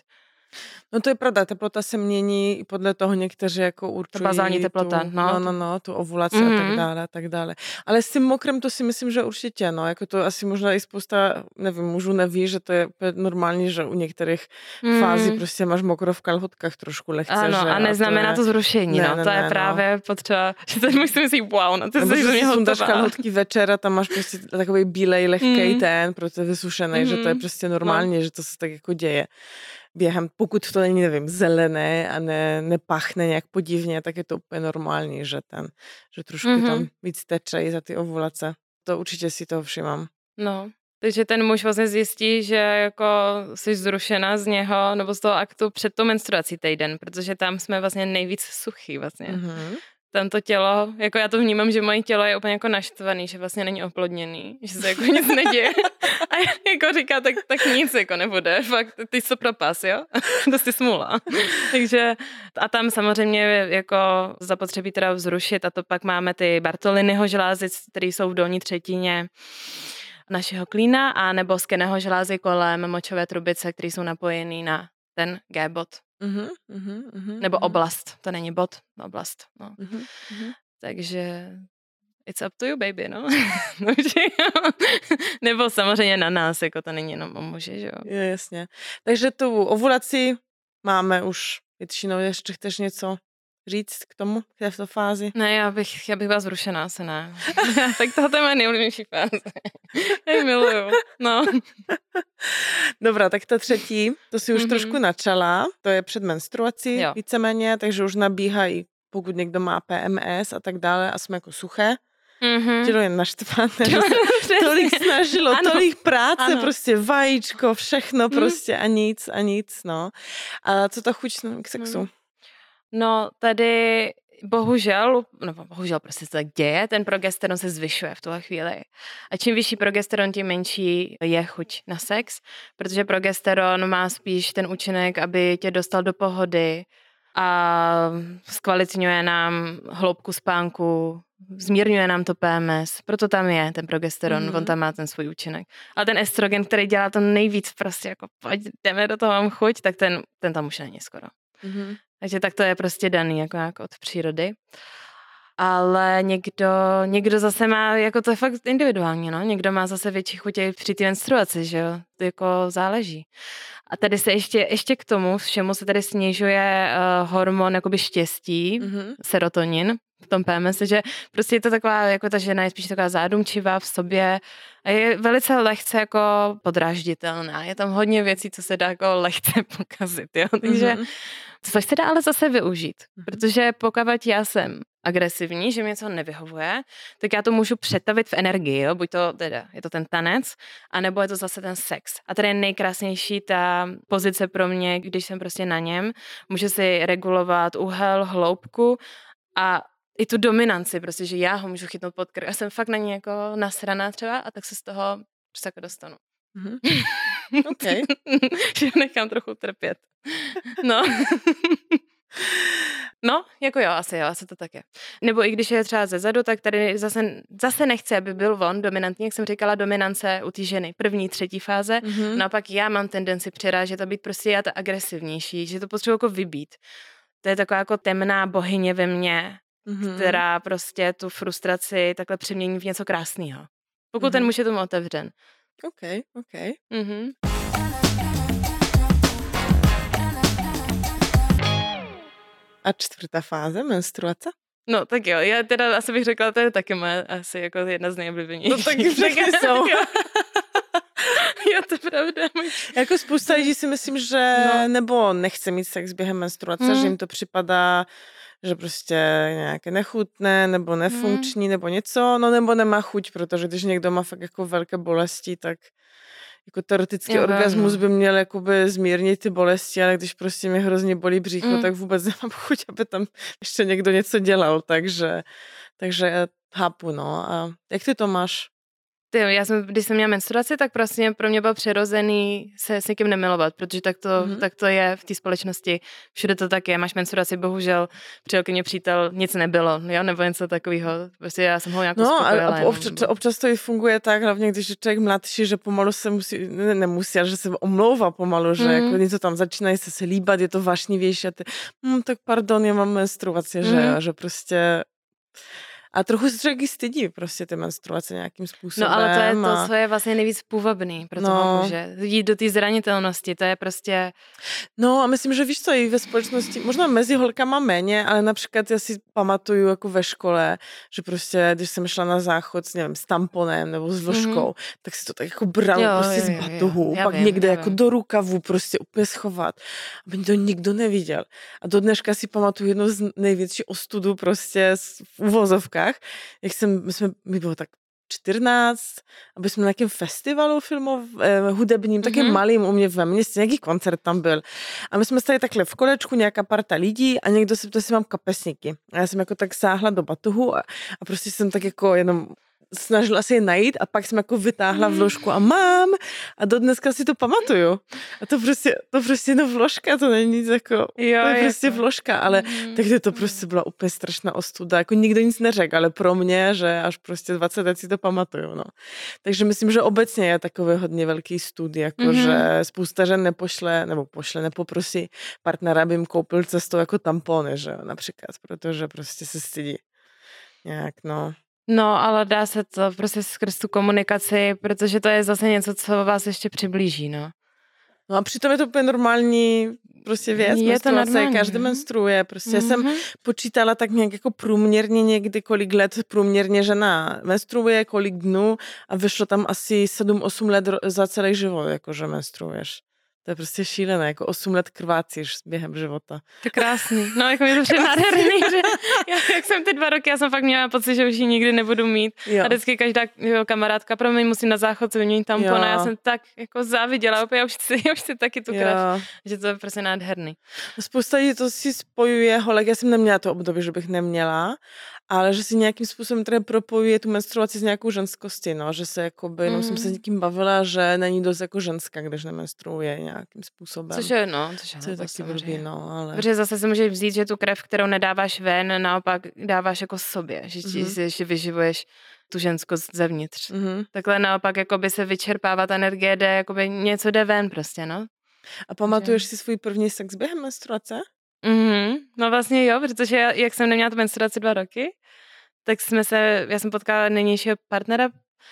A: No to je pravda, teplota se mění i podle toho někteří jako určují.
B: Bazální teplota,
A: tu,
B: no.
A: No, no, no, tu ovulaci mm-hmm. a tak dále, a tak dále. Ale s tím mokrem to si myslím, že určitě, no, jako to asi možná i spousta, nevím, mužů neví, že to je normální, že u některých mm. fází prostě máš mokro v kalhotkách trošku lehce.
B: Ano,
A: že?
B: a neznamená a to, je... to zrušení,
A: ne,
B: no,
A: ne,
B: to je
A: ne,
B: právě
A: no.
B: potřeba, že teď musím si wow, no, to je
A: že
B: mě
A: sundáš kalhotky večer a tam máš prostě takový bílej, lehkej mm. ten, protože vysušený, mm. že to je prostě normálně, no. že to se tak jako děje. Během, pokud to není, nevím, zelené a ne, nepachne nějak podivně, tak je to úplně normální, že ten, že trošku mm-hmm. tam víc teče i za ty ovulace. To určitě si toho všimám.
B: No, takže ten muž vlastně zjistí, že jako jsi zrušena z něho, nebo z toho aktu před tou menstruací týden, protože tam jsme vlastně nejvíc suchý vlastně. Mm-hmm. Tam to tělo, jako já to vnímám, že moje tělo je úplně jako naštvaný, že vlastně není oplodněný, že se jako nic neděje. A jako říká, tak, tak nic jako nebude, fakt ty jsi to propas, jo? To jsi smůla. Takže a tam samozřejmě jako zapotřebí teda vzrušit a to pak máme ty Bartolinyho žlázy, které jsou v dolní třetině našeho klína a nebo skenného žlázy kolem močové trubice, které jsou napojený na ten G-bod. Uh-huh, uh-huh, uh-huh, nebo oblast, to není bod, oblast. No. Uh-huh, uh-huh. Takže it's up to you, baby, no. Nebo samozřejmě na nás, jako to není jenom o muži, že jo.
A: Je, jasně. Takže tu ovulaci máme už většinou, ještě chceš něco říct k tomu, k této fázi?
B: Ne, já bych, já bych byla zrušená, asi ne. Tak tohle je moje nejoblíbenější fáze. Já miluju, no.
A: Dobrá, tak ta třetí, to si už mm-hmm. trošku načala, to je před menstruací jo. víceméně, takže už nabíhají, pokud někdo má P M S a tak dále a jsme jako suché. Mm-hmm. Tělo je naštvané, že se tolik snažilo, ano. tolik práce, ano. prostě vajíčko, všechno mm. prostě a nic a nic, no. A co ta chuť k sexu? Mm.
B: No, tady bohužel, no bohužel prostě se tak děje, ten progesteron se zvyšuje v tuhle chvíli. A čím vyšší progesteron, tím menší je chuť na sex, protože progesteron má spíš ten účinek, aby tě dostal do pohody, a zkvalitňuje nám hloubku spánku, zmírňuje nám to P M S, proto tam je ten progesteron, mm. on tam má ten svůj účinek. Ale ten estrogen, který dělá to nejvíc, prostě jako pojď, jdeme do toho, mám chuť, tak ten, ten tam už není skoro. Mm. Takže tak to je prostě daný jako, jako od přírody. Ale někdo, někdo zase má, jako to je fakt individuální, no, někdo má zase větší chutě při té menstruaci, že jo, to jako záleží. A tady se ještě, ještě k tomu všemu se tady snižuje uh, hormon jakoby štěstí, mm-hmm. serotonin v tom P M S, že prostě je to taková, jako ta žena je spíš taková zádumčivá v sobě a je velice lehce jako podrážditelná. Je tam hodně věcí, co se dá jako lehce pokazit, jo, takže mm-hmm. což se dá ale zase využít, mm-hmm. protože pokud já jsem agresivní, že mi něco nevyhovuje, tak já to můžu přetavit v energii, jo? Buď to teda, je to ten tanec, anebo je to zase ten sex. A tady je nejkrásnější ta pozice pro mě, když jsem prostě na něm, může si regulovat úhel, hloubku a i tu dominanci, prostě, že já ho můžu chytnout pod krk. Já jsem fakt na ní jako nasraná třeba a tak se z toho prostě jako dostanu.
A: Mm-hmm. OK.
B: Že nechám trochu trpět. No. No, jako jo, asi jo, asi to tak je. Nebo i když je třeba ze zadu, tak tady zase, zase nechci, aby byl on dominantní, jak jsem říkala, dominance u té ženy. První, třetí fáze. Mm-hmm. No a pak já mám tendenci přirážet a být prostě já ta agresivnější, že to potřebuji jako vybít. To je taková jako temná bohyně ve mně, mm-hmm. která prostě tu frustraci takhle přemění v něco krásného. Pokud mm-hmm. ten muž je tomu otevřen.
A: OK, OK.
B: Mhm.
A: A čtvrtá fáze, menstruace?
B: No tak jo, já teda asi bych řekla, to je taky moje asi jako jedna z nejoblíbenějších.
A: No taky všechny jsou.
B: Jo, to je pravda.
A: Jako spousta lidí si myslím, že no. nebo nechce mít sex během menstruace, hmm. že jim to připadá, že prostě nějaké nechutné, nebo nefunkční, hmm. nebo něco, no nebo nemá chuť, protože když někdo má fakt jako velké bolesti, tak jako teoretický jo, orgasmus by měl jakoby zmírnit ty bolesti, ale když prostě mě hrozně bolí břicho, mm. tak vůbec nemám chuť, aby tam ještě někdo něco dělal, takže, takže já chápu, no. A jak ty to máš?
B: Ty, já jsem, když jsem měla menstruaci, tak prostě pro mě bylo přirozený se s někým nemilovat, protože tak to, mm-hmm. tak to je v té společnosti. Všude to tak je. Máš menstruaci, bohužel přijel ke mně přítel, nic nebylo, jo, nebo něco takového. Prostě já jsem ho nějak
A: No a občas, občas to i funguje tak, hlavně když je člověk mladší, že pomalu se musí, ne, nemusí, ale že se omlouvá pomalu, že mm-hmm. jako něco tam začínají se se líbat, je to vášnivější a ty, hm, tak pardon, já mám menstruaci, mm-hmm. že, že prostě... A trochu se člověk stydí prostě ty menstruace nějakým způsobem.
B: No ale to je to, co je vlastně nejvíc půvabný pro toho no. muže. Jít do té zranitelnosti, to je prostě...
A: No a myslím, že víš co, i ve společnosti, možná mezi holkama méně, ale například já si pamatuju jako ve škole, že prostě, když jsem šla na záchod s, nevím, s tamponem nebo s vložkou, mm-hmm. tak si to tak jako bralo jo, prostě jo, z batohu, pak vím, někde jako vím. do rukavu prostě úplně schovat, aby to nikdo neviděl. A do dneška si pamatuju jednu z největší ostudu prostě v uvozovkách, jak jsem, my jsme, mi bylo tak čtrnáct, aby jsme na nějakém festivalu filmov, eh, hudebním, takým mm-hmm. malým u mě ve městě, nějaký koncert tam byl. A my jsme stali takhle v kolečku, nějaká parta lidí a někdo se ptal, jestli mám kapesníky. A já jsem jako tak sáhla do batohu a, a prostě jsem tak jako jenom snažila se je najít a pak jsem jako vytáhla vložku a mám a do dneska si to pamatuju. A to prostě, to prostě no vložka, to není nic jako, jo, to je prostě jako vložka, ale mm. tehdy to prostě byla úplně strašná ostuda. Jako nikdo nic neřekl, ale pro mě, že až prostě dvacet let si to pamatuju, no. Takže myslím, že obecně je takový hodně velký stud, jako mm-hmm. že spousta žen nepošle, nebo pošle, nepoprosí partnera, aby jim koupil cestou jako tampony, že jo, například, protože prostě se stydí. Nějak, no.
B: No, ale dá se to prostě skrz tu komunikaci, protože to je zase něco, co vás ještě přiblíží, no.
A: No a přitom je to úplně normální prostě věc, je to normální. Každý menstruuje, prostě mm-hmm. já jsem počítala tak nějak jako průměrně někdy, kolik let průměrně žena menstruuje, kolik dnů a vyšlo tam asi sedm osm let za celý život, jakože menstruuješ. To je prostě šílené, jako osm let krvácíš během života.
B: To je krásný. No, jako mě to přijde nádherný, že já, jak jsem ty dva roky, já jsem fakt měla pocit, že už ji nikdy nebudu mít. Jo. A vždycky každá jo, kamarádka, pro mě musím na záchod vyměnit tampon a já jsem tak jako záviděla, opět já už chci, já už chci taky tu krev, že to je prostě nádherný.
A: Spousta lidí to si spojuje, holek, já jsem neměla to období, že bych neměla, ale že si nějakým způsobem teda propojuje tu menstruaci s nějakou ženskostí, no, že se jakoby, mm. no jsem se s někým bavila, že není dost jako ženská, když nemenstruuje nějakým způsobem.
B: Což je, no, což je,
A: Co je taky blbý, no, ale...
B: Protože zase se může vzít, že tu krev, kterou nedáváš ven, naopak dáváš jako sobě, že, mm-hmm. že, že vyživuješ tu ženskost zevnitř. Mm-hmm. Takhle naopak jakoby se vyčerpává ta energie, jde, jakoby něco jde ven prostě, no.
A: A pamatuješ že... si svůj první sex během menstruace?
B: Mm-hmm. No vlastně jo, protože já, jak jsem neměla tu menstruaci dva roky, tak jsme se, já jsem potkala nynějšího partnera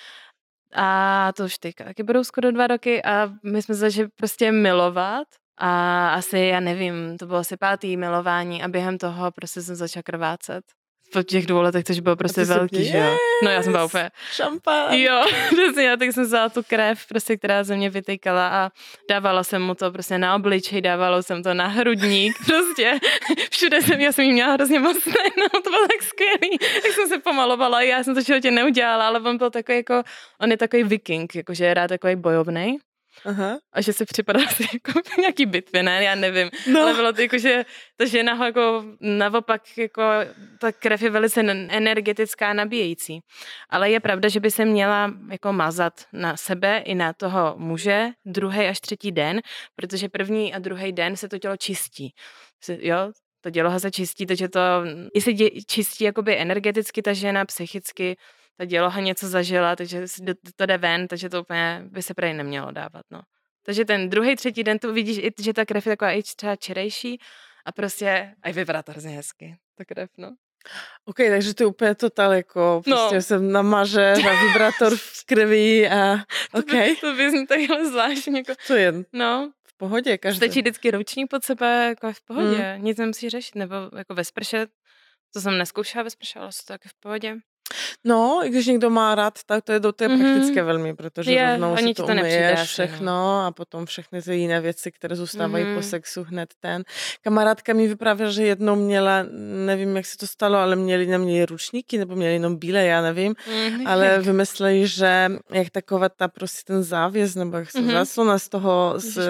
B: a to už teďka taky budou skoro dva roky a my jsme se začali prostě milovat a asi, já nevím, to bylo asi pátý milování a během toho prostě jsem začala krvácet. Po těch dvou letech, což bylo prostě velký, že jo. No já jsem byla úplně...
A: Šampán.
B: Jo, přesně, já tak jsem vzala tu krev, prostě, která ze mě vytýkala a dávala jsem mu to prostě na obličej, dávala jsem to na hrudník, prostě všude jsem, já jsem jí měla hrozně moc, no to bylo tak skvělý, tak jsem se pomalovala, já jsem to v životě neudělala, ale on byl takový jako, on je takový viking, jakože je rád takový bojovnej. Aha. A že se připadá asi jako nějaký bitvě, ne, já nevím, no. Ale bylo to jako, že ta žena ho jako naopak, jako ta krev je velice energetická, nabíjející, ale je pravda, že by se měla jako mazat na sebe i na toho muže druhý až třetí den, protože první a druhý den se to tělo čistí, jo, to děloha se čistí, takže to, i se dě, čistí jakoby energeticky ta žena, psychicky, ta děloha něco zažila, takže to jde ven, takže to úplně by se prej nemělo dávat, no. Takže ten druhý, třetí den tu vidíš, že ta krev je taková i třeba čirejší a prostě aj vypadá to hrozně hezky, ta krev, no.
A: OK, takže to je úplně total, jako prostě no. Se namaže na vibrátor v krvi a OK.
B: To by, to by zní takhle zvláštně, jako...
A: To je
B: no.
A: v pohodě, každý.
B: Stačí vždycky ručník pod sebe, jako v pohodě, hmm. nic nemusí řešit, nebo jako ve sprše, to jsem neskoušela ve sprše, ale to taky v pohodě.
A: No, i když někdo má rád, tak to je, to je mm-hmm. praktické velmi, protože je, rovnou si to, to umyješ všechno no. A potom všechny ty jiné věci, které zůstávají mm-hmm. po sexu hned ten. Kamarádka mi vyprávěla, že jednou měla, nevím, jak se to stalo, ale měli, neměli ručníky, nebo měli jenom bílé, já nevím, mm-hmm. ale vymysleli, že jak taková ta prostě ten závěs, nebo jak se mm-hmm. záclona z toho, z,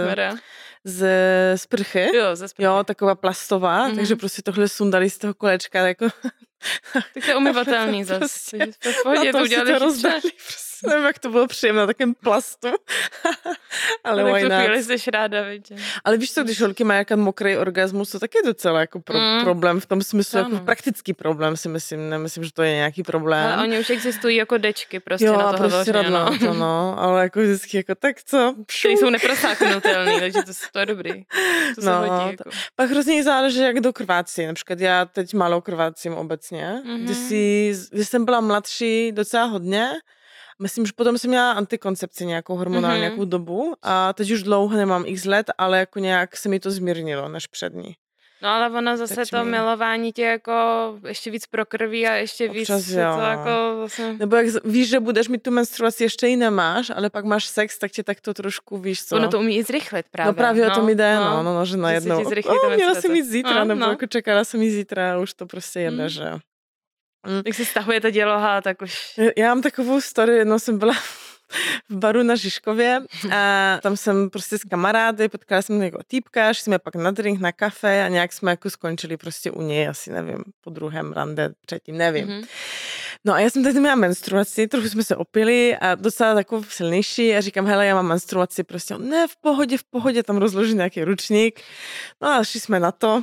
A: z sprchy,
B: jo, ze sprchy.
A: Jo, taková plastová, mm-hmm. takže prostě tohle sundali z toho kolečka, jako
B: tak to je umyvatelný zase.
A: Prostě, v pohodě to udělali to rozdali. Prostě, nevím, jak to bylo příjemné na takém plastu. Ale
B: no, tak tu chvíli jsi ráda, vidě.
A: Ale víš co, když holky mají jaký mokrý orgasmus, to taky je docela jako pro, mm. problém v tom smyslu, ano. Jako praktický problém si myslím, nemyslím, že to je nějaký problém.
B: Ale oni už existují jako dečky prostě
A: jo,
B: na toho
A: prostě radno, no. To no, ale jako vždycky jako tak co?
B: Ty jsou neprosáknutelný, takže to, to je dobrý. To se
A: no,
B: hodí. Jako.
A: Pak hrozně záleží, jak kdo krvácí. Například já teď málo krvácím obecně. Mm-hmm. Když, si, když jsem byla mladší docela hodně, myslím, že potom jsem měla antikoncepci nějakou hormonální mm-hmm. nějakou dobu a teď už dlouho nemám x let, ale jako nějak se mi to zmírnilo než přední.
B: No ale ono zase teď to mi... milování tě jako ještě víc prokrví a ještě
A: občas,
B: víc
A: jo.
B: to jako vlastně...
A: Nebo jak víš, že budeš mít tu menstruaci, ještě ji nemáš, ale pak máš sex, tak tě tak to trošku víš co.
B: Ono to umí i zrychlit právě.
A: No právě no, o tom jde, no, no, no že najednou. Oh, měla jsem jít zítra, no, nebo no. jako čekala jsem jít zítra a už to prostě jede, mm. že jo.
B: Mm. Jak se stahuje ta děloha, tak už...
A: Já mám takovou story, jednou jsem byla v baru na Žižkově a tam jsem prostě s kamarády, potkala jsem někoho týpka, šli jsme pak na drink, na kafe a nějak jsme jako skončili prostě u něj, asi nevím, po druhém rande, předtím, nevím. Mm-hmm. No a já jsem tady měla menstruaci, trochu jsme se opili a docela takovou silnější a říkám, hele, já mám menstruaci, prostě ne, v pohodě, v pohodě, tam rozloží nějaký ručník. No a šli jsme na to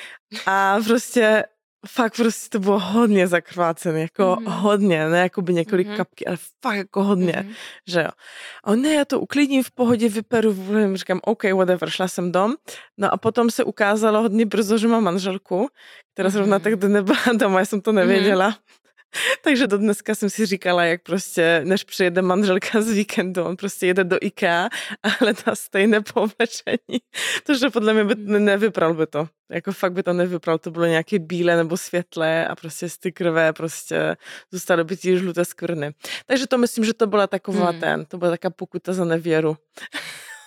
A: a prostě fakt prostě to bylo hodně zakrvácené, jako mm-hmm. hodně, ne jako by několik mm-hmm. kapky, ale fakt jako hodně, mm-hmm. že jo. A ne, já to uklidním v pohodě, vyperu, říkám, OK, whatever, šla jsem dom. No a potom se ukázalo hodně brzo, že mám manželku, která zrovna mm-hmm. tak nebyla doma, já jsem to nevěděla. Mm-hmm. Takže do dneska jsem si říkala, jak prostě, než přijede manželka z víkendu, on prostě jede do IKEA a hledá stejné povlečení. Takže podle mě by nevypral by to. Jako fakt by to nevypral, to bylo nějaké bílé nebo světlé a prostě z ty krve prostě zůstaly by tí žluté skvrny. Takže to myslím, že to byla taková hmm. ten, to byla taká pokuta za nevěru.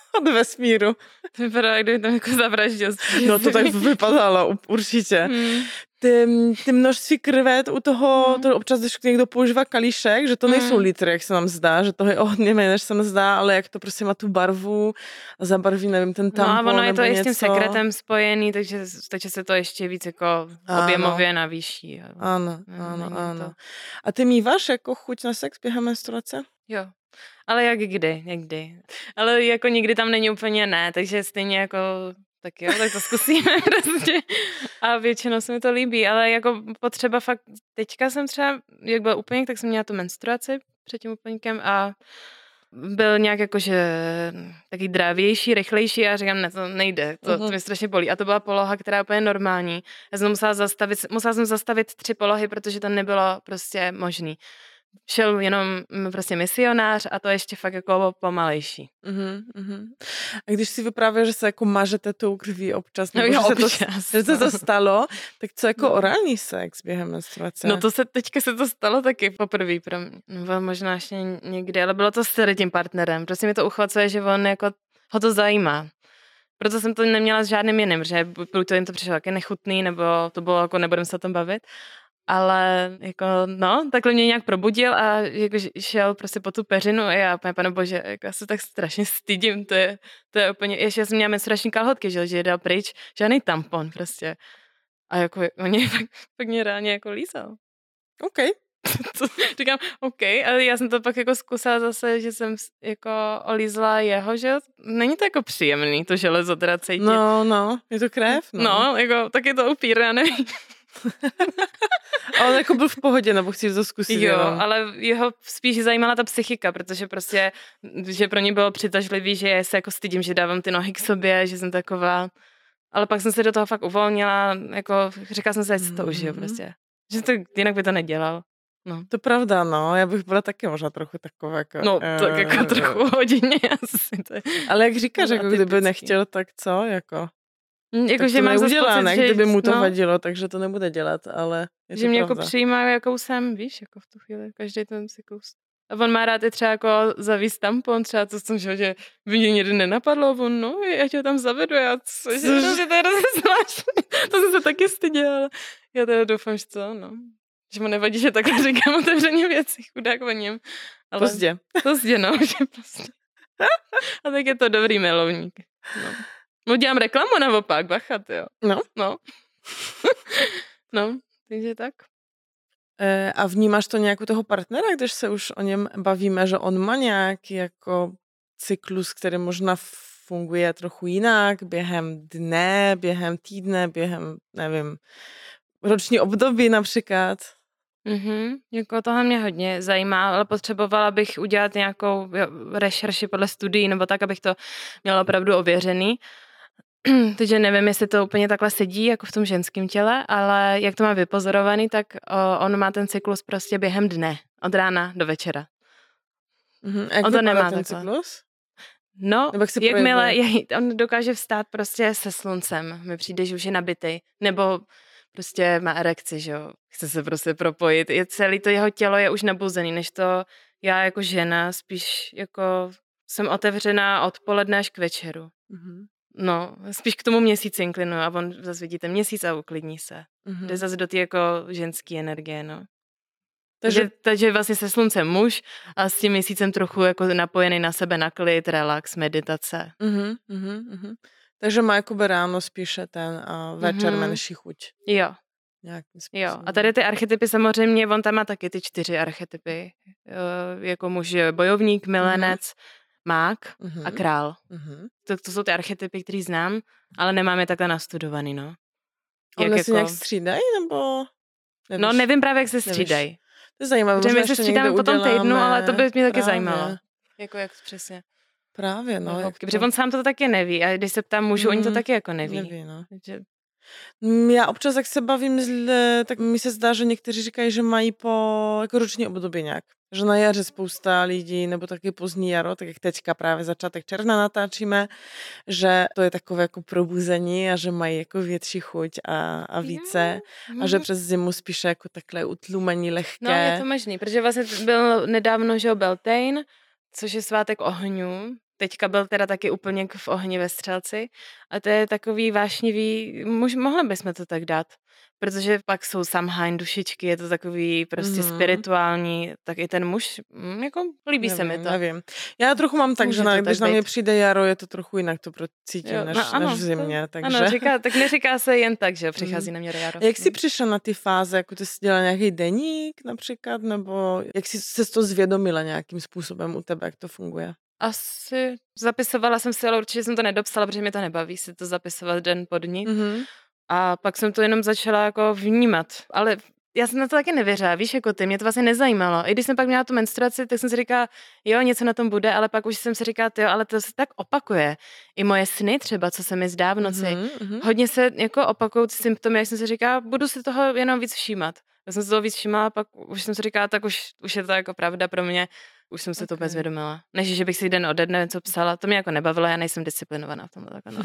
A: od vesmíru.
B: To vypadá, jak kdyby tam jako zavraždil.
A: No to tak vypadalo, určitě. Hmm. Ty, ty množství krve u toho, hmm. to občas, když někdo používá kalíšek, že to nejsou hmm. litry, jak se nám zdá, že toho je o hodně méně, než se nám zdá, ale jak to prostě má tu barvu a zabarví, nevím, ten tampon.
B: No a ono je to
A: i
B: s tím sekretem spojený, takže, takže se to ještě víc jako objemově navýší.
A: Ano, ano, ano. A ty míváš jako chuť na sex během menstruace?
B: Jo. Ale jak kdy, někdy. Ale jako nikdy tam není úplně ne, takže stejně jako, tak jo, tak to zkusíme prostě. A většinou se mi to líbí, ale jako potřeba fakt, teďka jsem třeba, jak byl úplník, tak jsem měla tu menstruaci před tím úplníkem a byl nějak jakože taky drávější, rychlejší a říkám, ne, to nejde, to, uh-huh. to mě strašně bolí. A to byla poloha, která je úplně normální. Já jsem musela zastavit, musela jsem zastavit tři polohy, protože to nebylo prostě možný. Šel jenom prostě misionář a to ještě fakt jako pomalejší.
A: Uh-huh, uh-huh. A když si vyprávěš, že se jako mažete tou krví občas, nebo
B: no, jo,
A: že,
B: občas.
A: Se to, že se to stalo, tak co jako no. orální sex během menstruace?
B: No to se teďka se to stalo taky poprvé pro mě. No, možná ještě někdy, ale bylo to s tím partnerem. Prostě mi to uchvacuje, že on jako ho to zajímá. Proto jsem to neměla s žádným jiným, že buď to jim to přišlo taky nechutný, nebo to bylo jako nebudem se o tom bavit. Ale jako no, takhle mě nějak probudil a jako šel prostě po tu peřinu a já, pane bože, jako já se tak strašně stydím, to je, to je úplně, ještě jsem měla menstruační kalhotky, že, že je dal pryč, žádný tampon prostě. A jako on mě fakt, fakt mě reálně jako lízal.
A: OK.
B: To, říkám, OK, ale já jsem to pak jako zkusila zase, že jsem jako olízla jeho, že není to jako příjemný, to železo teda cítit.
A: No, no, je to krev?
B: No, no jako tak je to upír, já nevím.
A: A on jako byl v pohodě, nebo chci to zkusit?
B: Jo,
A: jenom.
B: ale jeho spíš zajímala ta psychika, protože prostě, že pro ně bylo přitažlivý, že já se jako stydím, že dávám ty nohy k sobě, že jsem taková, ale pak jsem se do toho fakt uvolnila, jako říkala jsem se, že to užiju prostě. Že to, jinak by to nedělal. No.
A: To pravda, no, já bych byla taky možná trochu taková jako...
B: No, uh, tak jako trochu hodně asi. To je,
A: ale jak říkáš, jako kdyby nechtěl, tak co, jako...
B: Jako,
A: tak
B: že
A: to
B: mám
A: neudělá,
B: pocit,
A: ne?
B: Že,
A: Kdyby mu to
B: no,
A: vadilo, takže to nebude dělat, ale je
B: že
A: to
B: mě
A: pravda.
B: jako přijímá, jakou jsem, víš, jako v tu chvíli, každý ten cyklus. A on má rád i třeba jako zavíst tampon, třeba to jsem, že by mě někdy nenapadlo, on, no, já tě tam zavedu, já, co, že, no, že to je hrozně zvláštní, to jsem se taky styděla. Já teda doufám, že to, no, že mu nevadí, že takhle říkám otevřeně věci, chudák o něm. Ale
A: pozdě.
B: Pozdě, no, že prostě. A tak je to dobrý milovník. No. No dělám reklamu naopak, bacha, jo.
A: No.
B: No. No, takže tak.
A: E, a vnímáš to nějak u toho partnera, když se už o něm bavíme, že on má nějaký jako cyklus, který možná funguje trochu jinak během dne, během týdne, během, nevím, roční období například?
B: Mhm, jako tohle mě hodně zajímá, ale potřebovala bych udělat nějakou rešerši podle studií, nebo tak, abych to měla opravdu ověřený. Takže nevím, jestli to úplně takhle sedí, jako v tom ženském těle, ale jak to má vypozorovaný, tak o, on má ten cyklus prostě během dne, od rána do večera.
A: Mm-hmm. A jak on to nemá ten takhle. Cyklus?
B: No, jakmile je, on dokáže vstát prostě se sluncem, mi přijde, že už je nabitý, nebo prostě má erekci, že jo, chce se prostě propojit, je celý to jeho tělo je už nabuzený, než to já jako žena spíš jako jsem otevřená odpoledne až k večeru. Mm-hmm. No, spíš k tomu měsíci inklinuju a on zase vidíte měsíc a uklidní se. Mm-hmm. Jde zase do té jako ženské energie, no. Takže, takže, takže vlastně se sluncem muž a s tím měsícem trochu jako napojený na sebe, na klid, relax, meditace.
A: Mm-hmm, mm-hmm. Takže má jakoby ráno spíše ten a večer mm-hmm. menší chuť.
B: Jo. Jo, a tady ty archetypy samozřejmě, on tam má taky ty čtyři archetypy. Jako muž bojovník, milenec, mm-hmm. mák mm-hmm. a král. Mm-hmm. To, to jsou ty archetypy, který znám, ale nemám je takhle nastudovaný, no.
A: Oni jako... se nějak střídají, nebo...
B: Nevíš? No, nevím právě, jak se střídají.
A: To je zajímavé.
B: Protože my se střídáme po tom týdnu, ale to by mě taky
A: právě.
B: zajímalo. Jako jak přesně.
A: Právě, no.
B: no protože to... on sám to taky neví a když se ptám mužů, mm, oni to taky jako neví.
A: Neví, no.
B: Takže...
A: Já občas, jak se bavím, tak mi se zdá, že někteří říkají, že mají po jako roční období nějak. Že na jaře spousta lidí, nebo taky pozdní jaro, tak jak teďka právě začátek června natáčíme, že to je takové jako probuzení a že mají jako větší chuť a, a více. Mm. A že přes zimu spíše jako takhle utlumení lehké.
B: No, je to možný, protože vlastně byl nedávno, že Beltane, což je svátek ohňů, teďka byl teda taky úplně v ohni ve Střelci a to je takový vášnivý, mož, mohli bychom to tak dát, protože pak jsou Samhain dušičky, je to takový prostě mm. spirituální, tak i ten muž, mm, jako líbí
A: nevím,
B: se mi to.
A: Nevím. Já trochu mám tak,
B: Může
A: že na,
B: tak
A: když na
B: být.
A: mě přijde jaro, je to trochu jinak to procítím,
B: Jo,
A: než,
B: no, ano,
A: než v zimě.
B: To,
A: takže...
B: Ano, říká, tak neříká se jen tak, že přichází mm. na mě jaro.
A: A jak jsi přišla na ty fáze, jako ty jsi dělala nějaký deník například, nebo jak jsi se to zvědomila nějakým způsobem u tebe, jak to funguje?
B: Asi zapisovala jsem si, ale určitě jsem to nedopsala, protože mě to nebaví si to zapisovat den po dni. Mm-hmm. A pak jsem to jenom začala jako vnímat. Ale já jsem na to taky nevěřila, víš, jako ty, mě to vlastně nezajímalo. I když jsem pak měla tu menstruaci, tak jsem si říkala, jo, něco na tom bude, ale pak už jsem si říkala, jo, ale to se tak opakuje. I moje sny třeba, co se mi zdá v noci, mm-hmm. hodně se jako opakují ty symptomy, jak jsem si říkala, budu si toho jenom víc všímat. Já jsem si toho víc všímala a pak už jsem si říkala, tak už, už je to jako pravda pro mě. Už jsem se okay. to bezvědomila. Než že bych si den ode dne něco psala, to mě jako nebavilo, já nejsem disciplinovaná v tomhle. Tak no.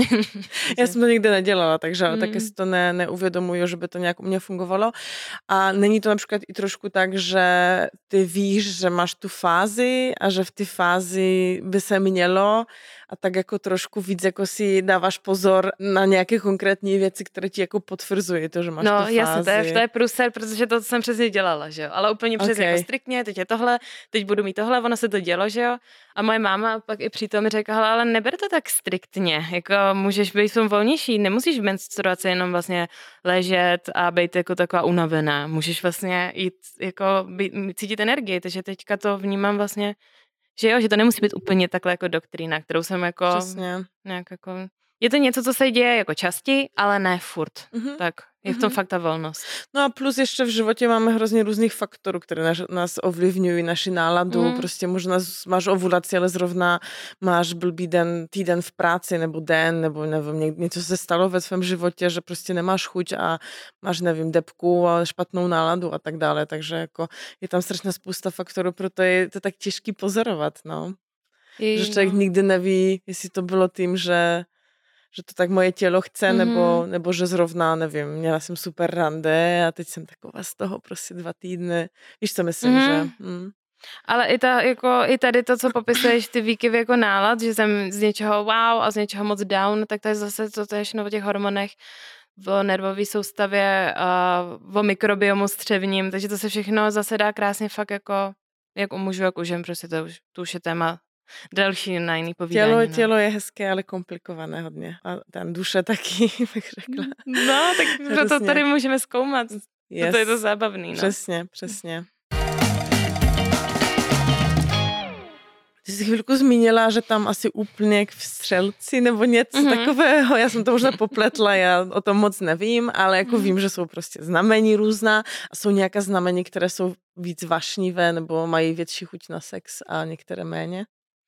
A: Já jsem to nikdy nedělala, takže mm. taky si to ne, neuvědomuju, že by to nějak u mě fungovalo. A není to například i trošku tak, že ty víš, že máš tu fázi a že v té fázi by se mělo a tak jako trošku víc jako si dáváš pozor na nějaké konkrétní věci, které ti jako potvrzují to, že máš
B: no,
A: tu fázi.
B: No jasně, to je, to je průser, protože to jsem přesně dělala, že jo. Ale úplně přesně okay. jako striktně, teď je tohle, teď budu mít tohle, ono se to dělo, že jo. A moje máma pak i přítom mi řekla, ale neber to tak striktně, jako můžeš být v tom volnější, nemusíš v menstruaci jenom vlastně ležet a být jako taková unavená. Můžeš vlastně jít, jako být, cítit energii, takže teďka to vnímám vlastně, že jo, že to nemusí být úplně takhle jako doktrína, kterou jsem jako
A: Přesně.
B: nějak jako... Je to něco, co se děje jako častěji, ale ne furt. Mm-hmm. Tak je v tom mm-hmm. fakt ta volnost.
A: No a plus ještě v životě máme hrozně různých faktorů, které nás, nás ovlivňují, naši náladu. Mm. Prostě možná máš ovulaci, ale zrovna máš blbý den, týden v práci, nebo den, nebo nevím, něco se stalo ve svém životě, že prostě nemáš chuť a máš, nevím, depku a špatnou náladu a tak dále. Takže jako je tam strašná spousta faktorů, proto je to tak těžký pozorovat, no. Je, že člověk no. nikdy neví, jestli to bylo tím, že že to tak moje tělo chce, mm-hmm. nebo, nebo že zrovna, nevím, měla jsem super rande a teď jsem taková z toho prostě dva týdny. Víš, co myslím, mm-hmm. že... Mm.
B: Ale i, ta, jako, i tady to, co popisuješ, ty výkyvy jako nálad, že jsem z něčeho wow a z něčeho moc down, tak to je zase to tež o těch hormonech, o nervové soustavě, a o mikrobiomu střevním, takže to se všechno zase dá krásně fakt jako, jak u mužů, jak u žen, prostě to už, to už je téma další na jiný povídání.
A: Tělo,
B: no.
A: tělo je hezké, ale komplikované hodně. A ten duše taky, bych řekla.
B: No, tak proto tady můžeme zkoumat. Yes. To je to zábavný. No.
A: Přesně, přesně. Ty jsi chvilku zmínila, že tam asi úplně v Střelci nebo něco mm-hmm. takového. Já jsem to možná popletla, já o tom moc nevím, ale jako mm-hmm. vím, že jsou prostě znamení různá a jsou nějaká znamení, které jsou víc vášnivé nebo mají větší chuť na sex a některé méně.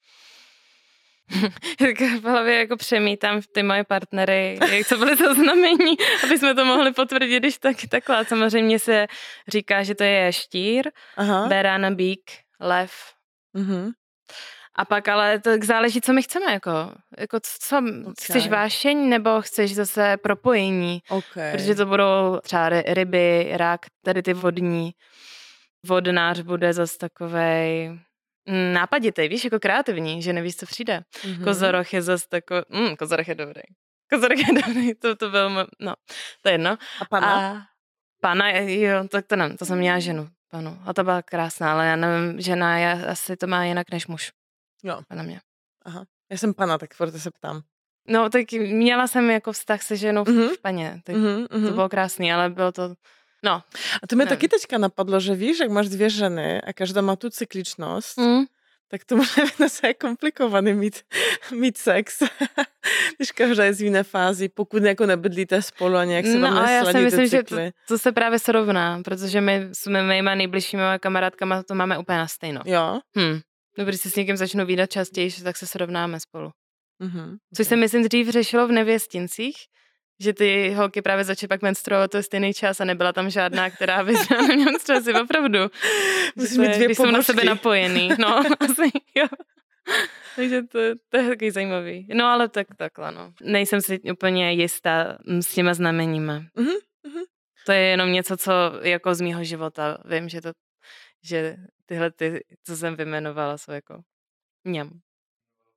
B: V hlavě jako přemítám ty moje partnery, jak to byly to znamení, aby jsme to mohli potvrdit, když tak, takhle. Samozřejmě se říká, že to je štír, Aha. beran, bík, lev. Mhm. A pak ale to záleží, co my chceme, jako, jako co, okay. chceš vášeň nebo chceš zase propojení,
A: okay.
B: protože to budou třeba ryby, rak, tady ty vodní, vodnář bude zase takovej nápaditej, víš, jako kreativní, že nevíš, co přijde. Mm-hmm. Kozoroch je zase takový, mm, kozoroch je dobrý. Kozoroch je dobrý, to, to byl, no, to je jedno.
A: A pana?
B: A pana, jo, tak to nevím, to jsem měla ženu, panu. A to byla krásná, ale já nevím, žena já, asi to má jinak než muž.
A: Jo.
B: Pana mě.
A: Aha, já jsem pana, tak proto se ptám.
B: No, tak měla jsem jako vztah se ženou mm-hmm. v paně, tak
A: mm-hmm.
B: to bylo krásný, ale bylo to, no.
A: A to mi taky teďka napadlo, že víš, jak máš dvě ženy a každá má tu cykličnost, mm. tak to může být zase komplikovaný mít, mít sex, když každá je z jiné fázi, pokud jako nebydlíte spolu a nějak se vám
B: no,
A: nesladí
B: ty cykly. Že to,
A: to
B: se právě srovná, protože my s mýma nejbližšími kamarádkama to máme úplně na stejno.
A: Jo.
B: Hm. No, když se s někým začnou vídat častěji, tak se srovnáme spolu. Mm-hmm. Což se myslím dřív řešilo v Nevěstincích, že ty holky právě začaly pak menstruovat to stejný čas a nebyla tam žádná, která by na menstruaci opravdu.
A: Musíš mít dvě
B: když jsou na sebe napojený. No, asi jo. Takže to, to je takový zajímavý. No ale tak takhle, no. Nejsem si úplně jistá s těma znameníma. Mm-hmm. To je jenom něco, co jako z mýho života. Vím, že to, že tyhle ty, co jsem vyjmenovala, jsou jako mňam.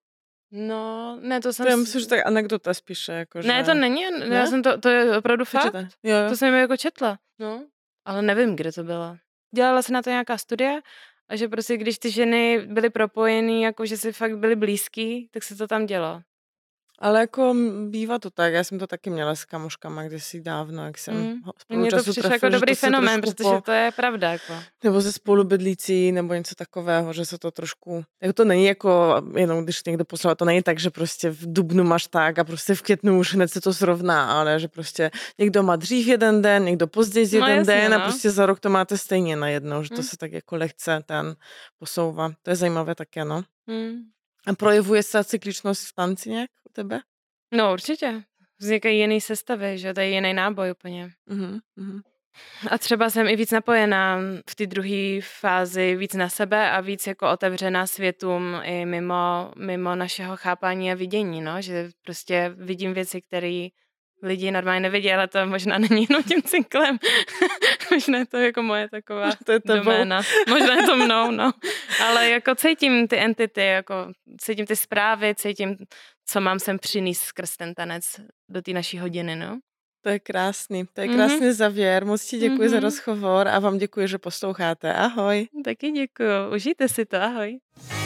B: No, ne, to jsem...
A: To já myslím, že tak anekdota spíše. Jako, že...
B: Ne, to není, ne? Já jsem to, to je opravdu fakt.
A: Jo, jo.
B: To jsem jako četla, no. Ale nevím, kde to bylo. Dělala se na to nějaká studie a že prostě, když ty ženy byly propojený, jako že si fakt byly blízký, tak se to tam dělo.
A: Ale jako bývá to tak, já jsem to taky měla s kamoškama kdysi dávno, jak jsem
B: mm.
A: spolu
B: Mně to
A: času
B: přišlo
A: trefil,
B: jako dobrý fenomén, protože
A: po...
B: to je pravda. Jako.
A: Nebo ze spolubydlící, nebo něco takového, že se to trošku... Jako to není jako, jenom když někdo poslal, to není tak, že prostě v dubnu máš tak a prostě v květnu už hned se to srovná, ale že prostě někdo má dřív jeden den, někdo později jeden no, jasně, den no. a prostě za rok to máte stejně najednou, že to mm. se tak jako lehce ten posouvá. To je zajímavé také, no. Mm. A projevuje se cykličnost v tanci nějak u tebe?
B: No určitě. Vznikají jiný sestavy, že to je jiný náboj úplně.
A: Uh-huh, uh-huh.
B: A třeba jsem i víc napojená v té druhé fázi víc na sebe a víc jako otevřená světům i mimo, mimo našeho chápání a vidění, no? Že prostě vidím věci, které lidi normálně nevidí, ale to možná není jenom tím cyklem. Možná je to jako moje taková
A: to je
B: doména. Možná je to mnou, no. Ale jako cítím ty entity, jako cítím ty zprávy, cítím, co mám sem přinést skrz ten tanec do té naší hodiny, no.
A: To je krásný, to je krásný mm-hmm. závěr. Moc ti děkuji mm-hmm. za rozhovor a vám děkuji, že posloucháte. Ahoj.
B: Taky děkuji, užijte si to, ahoj.